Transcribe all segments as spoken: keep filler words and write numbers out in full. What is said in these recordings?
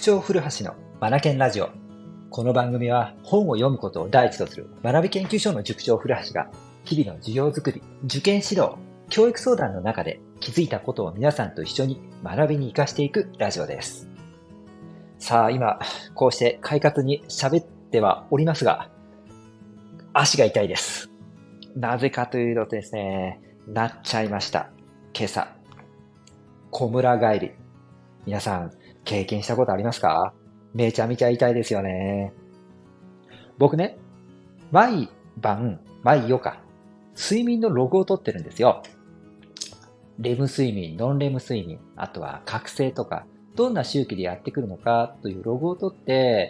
塾長古橋のマナケンラジオ。この番組は本を読むことを第一とする学び研究所の塾長古橋が日々の授業づくり、受験指導、教育相談の中で気づいたことを皆さんと一緒に学びに活かしていくラジオです。さあ今こうして快活に喋ってはおりますが、足が痛いです。なぜかというとですね、なっちゃいました。今朝、小村帰り。皆さん経験したことありますか？めちゃめちゃ痛いですよね。僕ね、毎晩、毎夜か、睡眠のログを取ってるんですよ。レム睡眠、ノンレム睡眠、あとは覚醒とか、どんな周期でやってくるのかというログを取って、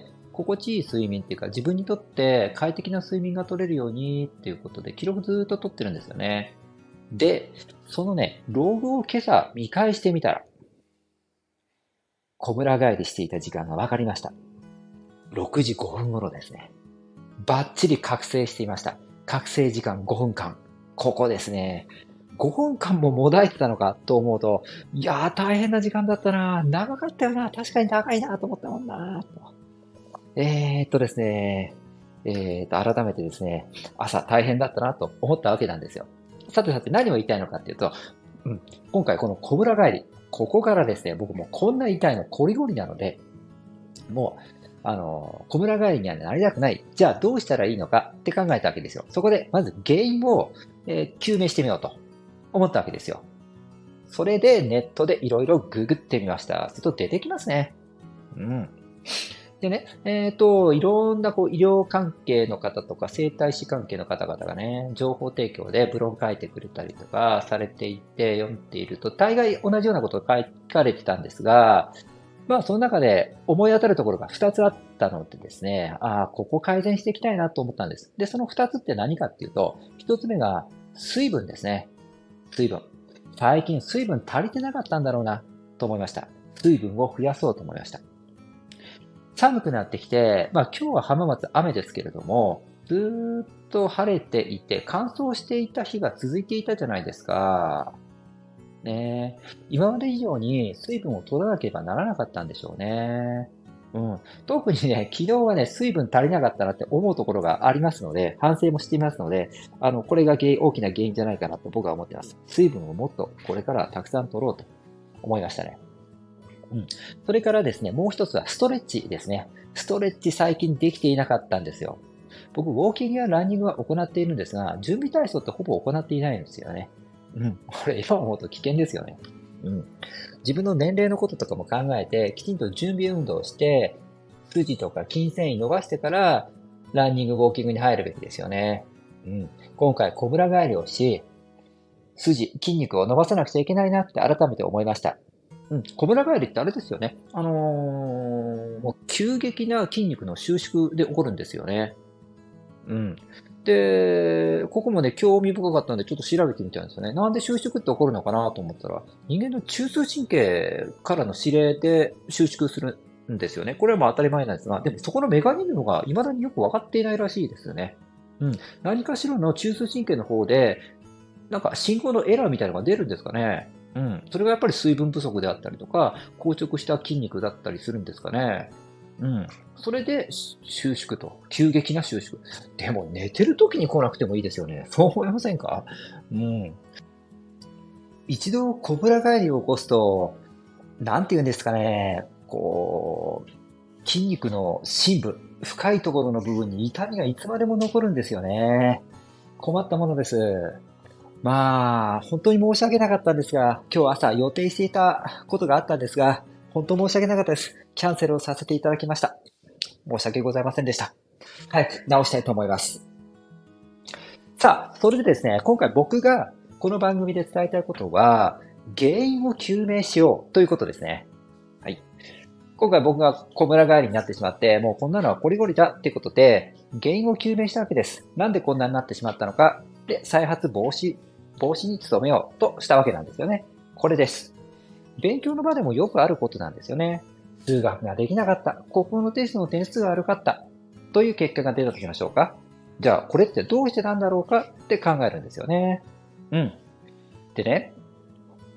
心地いい睡眠っていうか自分にとって快適な睡眠が取れるようにっていうことで記録ずーっと取ってるんですよね。で、そのね、ログを今朝見返してみたら、小村帰りしていた時間が分かりました。ろくじごふん頃ですね。バッチリ覚醒していました。覚醒時間ごふんかん。ここですね。ごふんかんももだえてたのかと思うと、いやー大変な時間だったな。長かったよな。確かに長いなと思ったもんな。えーっとですね。えーっと、改めてですね、朝大変だったなと思ったわけなんですよ。さてさて何を言いたいのかっていうと、うん、今回この小村帰り、ここからですね、僕もこんな痛いのこりごりなので、もう、あの、小村帰りにはなりたくない。じゃあどうしたらいいのかって考えたわけですよ。そこで、まず原因を、えー、究明してみようと思ったわけですよ。それでネットでいろいろググってみました。すると出てきますね。うん。でね、えっと、いろんなこう医療関係の方とか生態師関係の方々がね、情報提供でブログ書いてくれたりとかされていて読んでいると、大概同じようなことが書かれてたんですが、まあその中で思い当たるところがふたつあったのでですね、ああ、ここ改善していきたいなと思ったんです。で、そのふたつって何かっていうと、ひとつめが水分ですね。水分。最近水分足りてなかったんだろうなと思いました。水分を増やそうと思いました。寒くなってきて、まあ今日は浜松雨ですけれども、ずーっと晴れていて乾燥していた日が続いていたじゃないですか。ねえ、今まで以上に水分を取らなければならなかったんでしょうね。うん。特にね、昨日はね、水分足りなかったなって思うところがありますので、反省もしていますので、あの、これが原因大きな原因じゃないかなと僕は思っています。水分をもっとこれからたくさん取ろうと思いましたね。うん。それからですね、もう一つはストレッチですね。ストレッチ最近できていなかったんですよ。僕、ウォーキングやランニングは行っているんですが、準備体操ってほぼ行っていないんですよね。うん。これ今思うと危険ですよね。うん。自分の年齢のこととかも考えて、きちんと準備運動をして、筋とか筋繊維伸ばしてから、ランニング、ウォーキングに入るべきですよね。うん。今回、小村帰りをし、筋、筋肉を伸ばさなくちゃいけないなって改めて思いました。うん、小村帰りってあれですよね。あのー、もう急激な筋肉の収縮で起こるんですよね。うん。で、ここもね、興味深かったんで、ちょっと調べてみたんですよね。なんで収縮って起こるのかなと思ったら、人間の中枢神経からの指令で収縮するんですよね。これはまあ当たり前なんですが、でもそこのメカニズムが未だによくわかっていないらしいですよね。うん。何かしらの中枢神経の方で、なんか信号のエラーみたいなのが出るんですかね。うん。それがやっぱり水分不足であったりとか、硬直した筋肉だったりするんですかね。うん。それで収縮と。急激な収縮。でも寝てる時に来なくてもいいですよね。そう思いませんか？うん。一度小村帰りを起こすと、なんて言うんですかね。こう、筋肉の深部、深いところの部分に痛みがいつまでも残るんですよね。困ったものです。まあ、本当に申し訳なかったんですが、今日朝予定していたことがあったんですが、本当申し訳なかったです。キャンセルをさせていただきました。申し訳ございませんでした。はい、直したいと思います。さあ、それでですね、今回僕がこの番組で伝えたいことは、原因を究明しようということですね。はい。今回僕が小村帰りになってしまって、もうこんなのはコリゴリだっていうことで、原因を究明したわけです。なんでこんなになってしまったのか、で、再発防止、防止に努めようとしたわけなんですよね。これです。勉強の場でもよくあることなんですよね。数学ができなかった。国語のテストの点数が悪かった。という結果が出たとしましょうか。じゃあ、これってどうしてなんだろうかって考えるんですよね。うん。でね、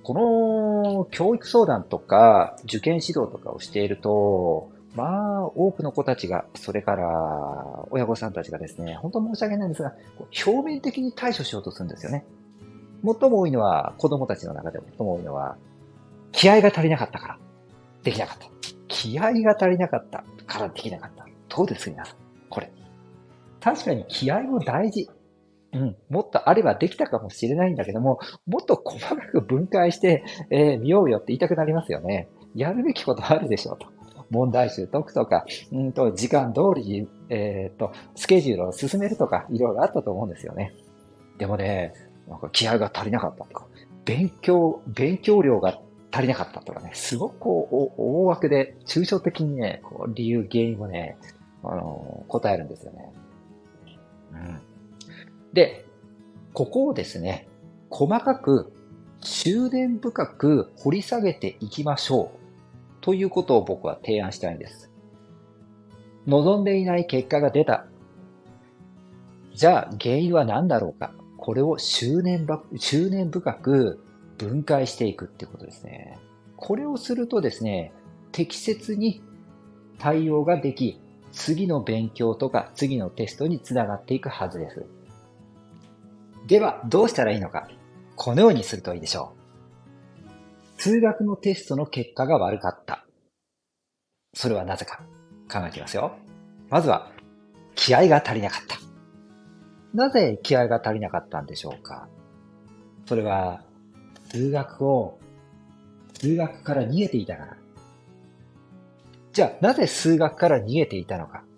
この教育相談とか受験指導とかをしていると、まあ、多くの子たちが、それから親御さんたちがですね、本当申し訳ないんですが、表面的に対処しようとするんですよね。最も多いのは、子供たちの中で最も多いのは、気合が足りなかったから、できなかった。気合が足りなかったからできなかった。どうです皆さん。これ。確かに気合も大事。うん。もっとあればできたかもしれないんだけども、もっと細かく分解して、えー、見ようよって言いたくなりますよね。やるべきことあるでしょうと。問題集解くとか、うんと、時間通りに、えっと、スケジュールを進めるとか、いろいろあったと思うんですよね。でもね、なんか気合が足りなかったとか、勉強、勉強量が足りなかったとかね、すごくこう、大枠で、抽象的にね、こう理由、原因をね、あの、答えるんですよね。うん。で、ここをですね、細かく、執念深く掘り下げていきましょう。ということを僕は提案したいんです。望んでいない結果が出た。じゃあ原因は何だろうか。これを執念ば、執念深く分解していくっていうことですね。これをするとですね、適切に対応ができ、次の勉強とか次のテストにつながっていくはずです。では、どうしたらいいのか。このようにするといいでしょう。数学のテストの結果が悪かった。それはなぜか考えてみますよ。まずは、気合が足りなかった。なぜ気合が足りなかったんでしょうか。それは、数学を、数学から逃げていたから。じゃあ、なぜ数学から逃げていたのか。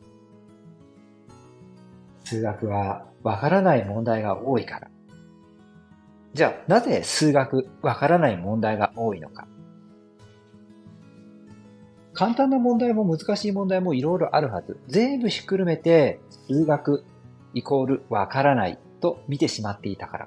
数学はわからない問題が多いから。じゃあ、なぜ数学わからない問題が多いのか。簡単な問題も難しい問題もいろいろあるはず。全部ひっくるめて、数学イコールわからないと見てしまっていたから。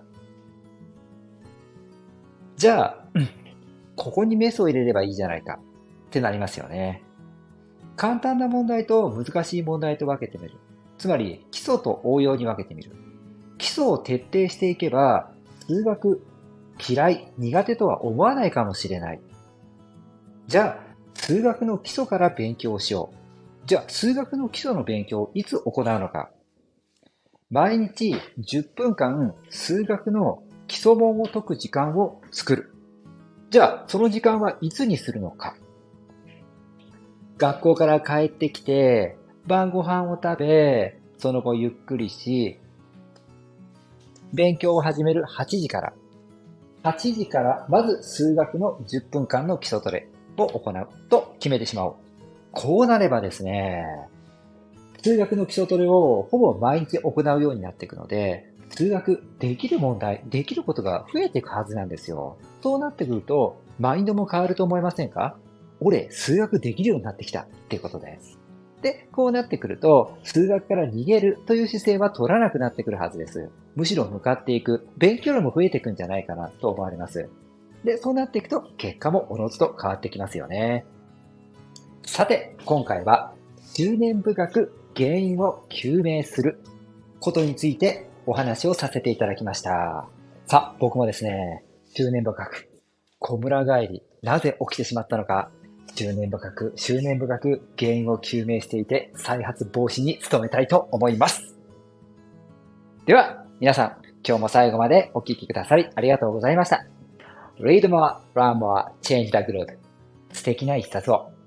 じゃあ、うん、ここにメスを入れればいいじゃないかってなりますよね。簡単な問題と難しい問題と分けてみる。つまり、基礎と応用に分けてみる。基礎を徹底していけば、数学嫌い、苦手とは思わないかもしれない。じゃあ、数学の基礎から勉強をしよう。じゃあ、数学の基礎の勉強をいつ行うのか。毎日じゅっぷんかん数学の基礎本を解く時間を作る。じゃあ、その時間はいつにするのか。学校から帰ってきて、晩ご飯を食べ、その後ゆっくりし、勉強を始めるはちじから。はちじからまず数学のじゅっぷんかんの基礎トレを行うと決めてしまおう。こうなればですね、数学の基礎トレをほぼ毎日行うようになっていくので、数学できる問題、できることが増えていくはずなんですよ。そうなってくると、マインドも変わると思いませんか？俺、数学できるようになってきたっていうことです。で、こうなってくると、数学から逃げるという姿勢は取らなくなってくるはずです。むしろ向かっていく、勉強量も増えていくんじゃないかなと思われます。で、そうなっていくと、結果もおのずと変わってきますよね。さて、今回は、執念深く原因を究明することについてお話をさせていただきました。さあ、僕もですね、執念深く、小村帰り、なぜ起きてしまったのか、執念深く、執念深く原因を究明していて、再発防止に努めたいと思います。では、皆さん、今日も最後までお聞きくださりありがとうございました。Read more, learn more, change the group. 素敵な一冊を。